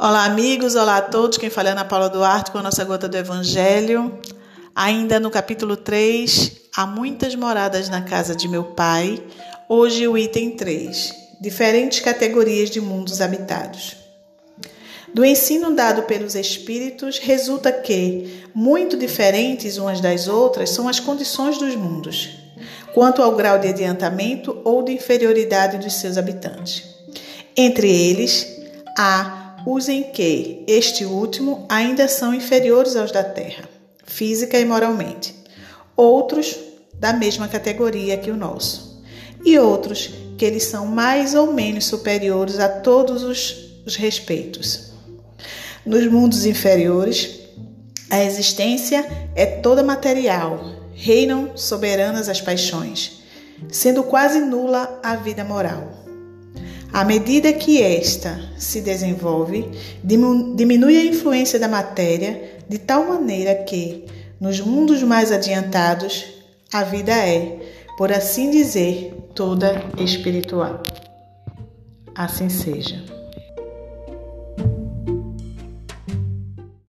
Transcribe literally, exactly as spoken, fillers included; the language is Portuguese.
Olá, amigos, olá a todos. Quem fala é Ana Paula Duarte com a nossa gota do Evangelho. Ainda no capítulo três, há muitas moradas na casa de meu pai. Hoje o item três, diferentes categorias de mundos habitados. Do ensino dado pelos Espíritos, resulta que, muito diferentes umas das outras, são as condições dos mundos, quanto ao grau de adiantamento ou de inferioridade dos seus habitantes. Entre eles, há os em que este último ainda são inferiores aos da Terra, física e moralmente, outros da mesma categoria que o nosso, e outros que eles são mais ou menos superiores a todos os, os respeitos. Nos mundos inferiores, a existência é toda material, reinam soberanas as paixões, sendo quase nula a vida moral. À medida que esta se desenvolve, diminui a influência da matéria de tal maneira que, nos mundos mais adiantados, a vida é, por assim dizer, toda espiritual. Assim seja.